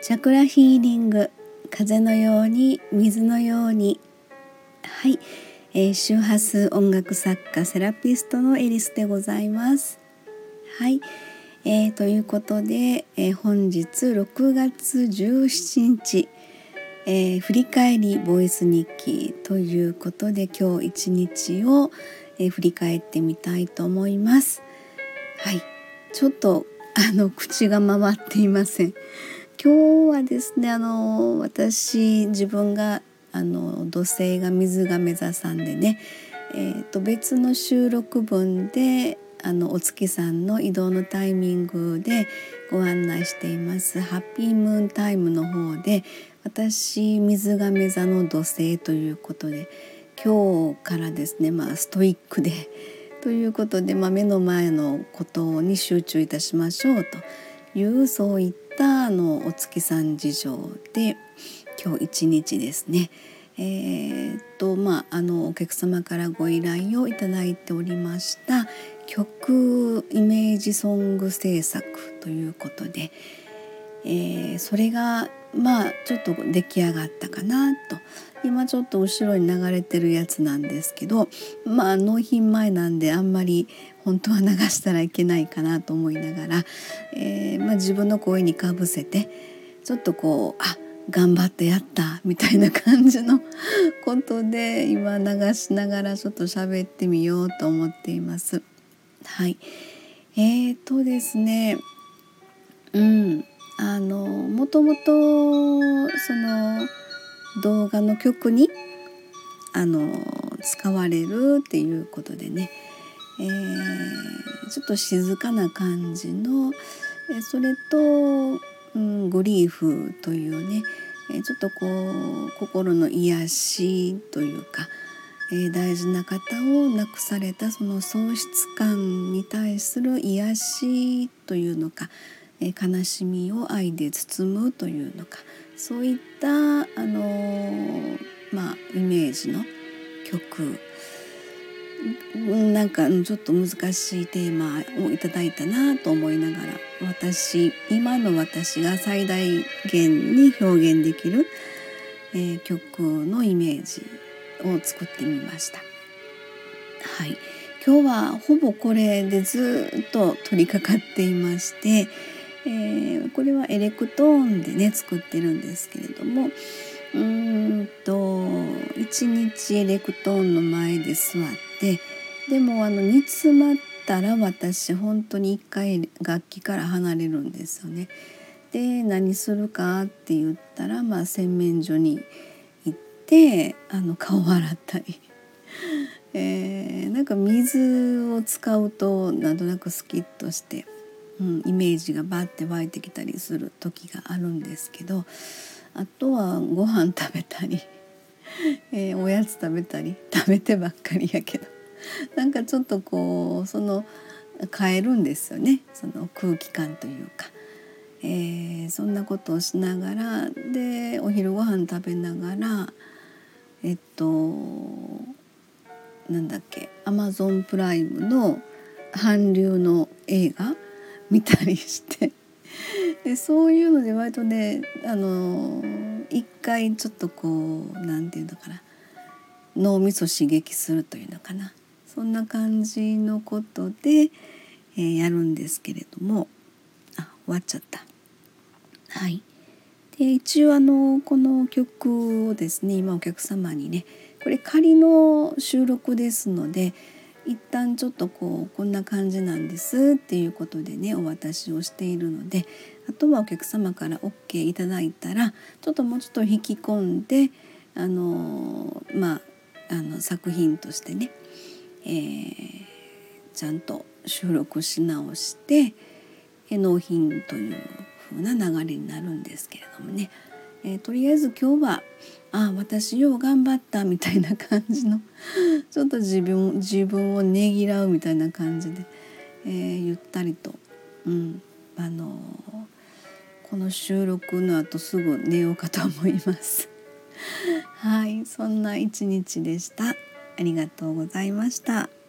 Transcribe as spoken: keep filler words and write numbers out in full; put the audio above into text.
チャクラヒーリング、風のように水のように。はい、えー、周波数音楽作家セラピストのエリスでございます。はい、えー、ということで、えー、本日ろくがつじゅうしちにち、えー、振り返りボイス日記ということで、今日一日を、えー、振り返ってみたいと思います。はい、ちょっとあの口が回っていません。今日はですね、あの私自分があの土星が水亀座さんでね、えー、と別の収録分であのお月さんの移動のタイミングでご案内していますハッピームーンタイムの方で、私水亀座の土星ということで、今日からですね、まあストイックでということで、まあ、目の前のことに集中いたしましょうという、そういったあのお月さん事情で今日一日ですね、えー、っとまああのお客様からご依頼をいただいておりました曲イメージソング制作ということで、えー、それがまあちょっと出来上がったかなと。今ちょっと後ろに流れてるやつなんですけど、まあ納品前なんであんまり本当は流したらいけないかなと思いながら、えーまあ、自分の声にかぶせてちょっとこうあ頑張ってやったみたいな感じのことで今流しながらちょっと喋ってみようと思っています。はい、えーとですねうんあのもともとその動画の曲にあの使われるっていうことでね、えー、ちょっと静かな感じの、えそれと、うん、グリーフというね、えちょっとこう心の癒しというか、えー、大事な方を亡くされたその喪失感に対する癒しというのか、えー、悲しみを愛で包むというのか、そういったあのー、まあイメージの曲、なんかちょっと難しいテーマをいただいたなと思いながら、私今の私が最大限に表現できる、えー、曲のイメージを作ってみました。はい、今日はほぼこれでずっと取り掛かっていまして、えー、これはエレクトーンでね作ってるんですけれども、うーんと一日エレクトーンの前で座って、でもあの煮詰まったら私本当に一回楽器から離れるんですよね。で何するかって言ったら、まあ、洗面所に行ってあの顔を洗ったりえー、なんか水を使うとなんとなくスキッとして、うん、イメージがバッて湧いてきたりする時があるんですけど、あとはご飯食べたり、えー、おやつ食べたり食べてばっかりやけど、なんかちょっとこうその変えるんですよね、その空気感というか、えー、そんなことをしながらでお昼ご飯食べながらえっとなんだっけアマゾンプライムの韓流の映画見たりしてでそういうので割とねあの一回ちょっとこうなんていうのかな脳みそ刺激するというのかな、そんな感じのことで、えー、やるんですけれども、あ終わっちゃった。はい、で一応あのこの曲をですね今お客様にねこれ仮の収録ですので一旦ちょっとこうこんな感じなんですっていうことでねお渡しをしているので、あとはお客様から オーケー いただいたらちょっともうちょっと引き込んであのまああの作品としてね、えー、ちゃんと収録し直して納品という風な流れになるんですけれどもね、えー、とりあえず今日はあ私よう頑張ったみたいな感じのちょっと自分自分をねぎらうみたいな感じで、えー、ゆったりと、うんあのー、この収録の後すぐ寝ようかと思いますはい、そんな一日でした。ありがとうございました。